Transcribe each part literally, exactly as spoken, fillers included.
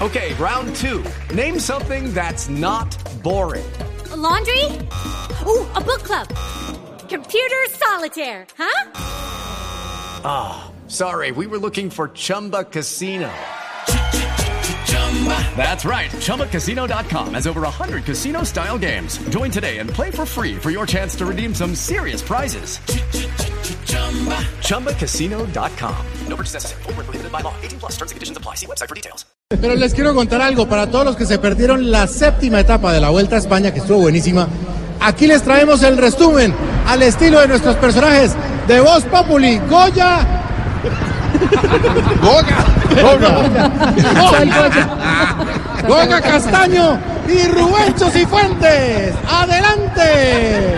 Okay, round two. Name something that's not boring. A laundry? Ooh, a book club. Computer solitaire, huh? Ah, oh, sorry, we were looking for Chumba Casino. That's right, Chumba Casino dot com has over one hundred casino-style games. Join today and play for free for your chance to redeem some serious prizes. Chumba Casino dot com. No purchase necessary. Void where prohibited by law. eighteen plus terms and conditions apply. See website for details. Pero les quiero contar algo para todos los que se perdieron la séptima etapa de la Vuelta a España, que estuvo buenísima. Aquí les traemos el resumen al estilo de nuestros personajes de Voz Populi. Goya. Goya. Goya. Goya. Goya Castaño y Rubencho Cifuentes. ¡Adelante!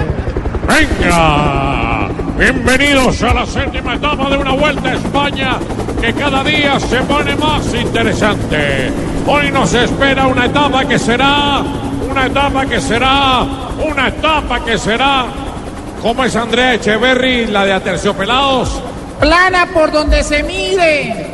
¡Venga! Bienvenidos a la séptima etapa de una Vuelta a España que cada día se pone más interesante. Hoy nos espera una etapa que será, una etapa que será, una etapa que será, ¿cómo es Andrea Echeverry, la de Aterciopelados? Plana por donde se mire.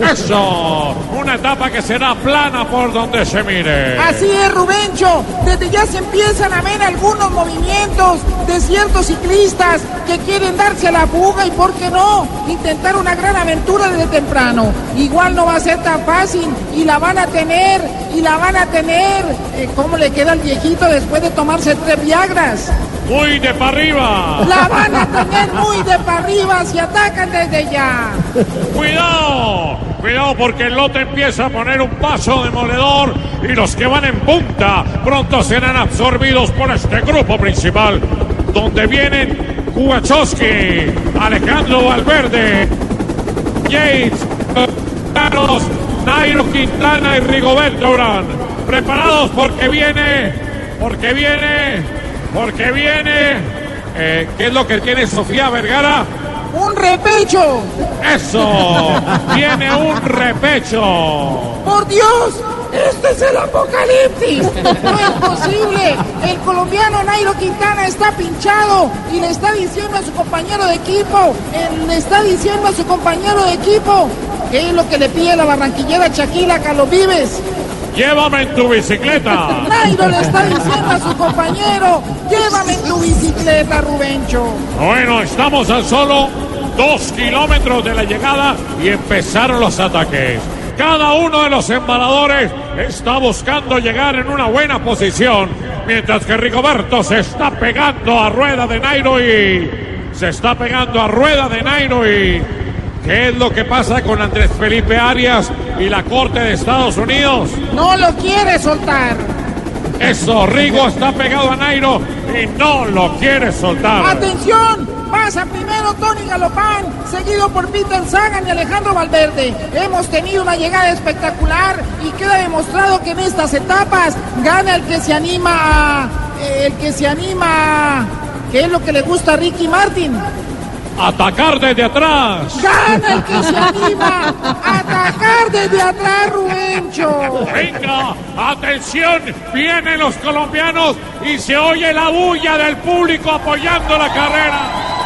¡Eso! Una etapa que será plana por donde se mire. Así es, Rubencho. Desde ya se empiezan a ver algunos movimientos de ciertos ciclistas que quieren darse a la fuga y, ¿por qué no?, intentar una gran aventura desde temprano. Igual no va a ser tan fácil y la van a tener, y la van a tener. Eh, ¿Cómo le queda al viejito después de tomarse tres viagras? Muy de para arriba. La van a tener muy de para arriba si atacan desde ya. Cuidado, cuidado porque el lote empieza a poner un paso demoledor y los que van en punta pronto serán absorbidos por este grupo principal, donde vienen Kuwachowski, Alejandro Valverde, Yates, Carlos, Nairo Quintana y Rigoberto Urán. Preparados porque viene, porque viene... Porque viene, eh, ¿qué es lo que tiene Sofía Vergara? ¡Un repecho! ¡Eso! ¡Viene un repecho! ¡Por Dios! ¡Este es el apocalipsis! ¡No es posible! El colombiano Nairo Quintana está pinchado y le está diciendo a su compañero de equipo, él le está diciendo a su compañero de equipo, ¿qué es lo que le pide la barranquillera Shakira Carlos Vives? ¡Llévame en tu bicicleta! Nairo le está diciendo a su compañero, llévame en tu bicicleta, Rubencho. Bueno, estamos a solo dos kilómetros de la llegada y empezaron los ataques. Cada uno de los embaladores está buscando llegar en una buena posición, mientras que Rigoberto se está pegando a rueda de Nairo y... Se está pegando a rueda de Nairo y... ¿Qué es lo que pasa con Andrés Felipe Arias y la Corte de Estados Unidos? No lo quiere soltar. Eso, Rigo está pegado a Nairo y no lo quiere soltar. ¡Atención! Pasa primero Tony Galopán, seguido por Peter Sagan y Alejandro Valverde. Hemos tenido una llegada espectacular y queda demostrado que en estas etapas gana el que se anima a... El que se anima a... ¿Qué es lo que le gusta a Ricky Martin? Atacar desde atrás. ¡Gana el que se anima a atacar desde atrás, Rubencho! Venga, atención, vienen los colombianos y se oye la bulla del público apoyando la carrera.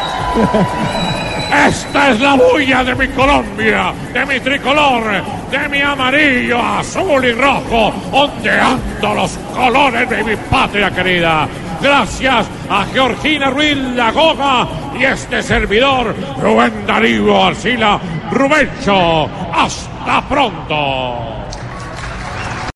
Esta es la bulla de mi Colombia, de mi tricolor, de mi amarillo, azul y rojo, ondeando los colores de mi patria querida. Gracias a Georgina Ruiz Lagoga y este servidor, Rubén Darío Arcila Rubencho. ¡Hasta pronto!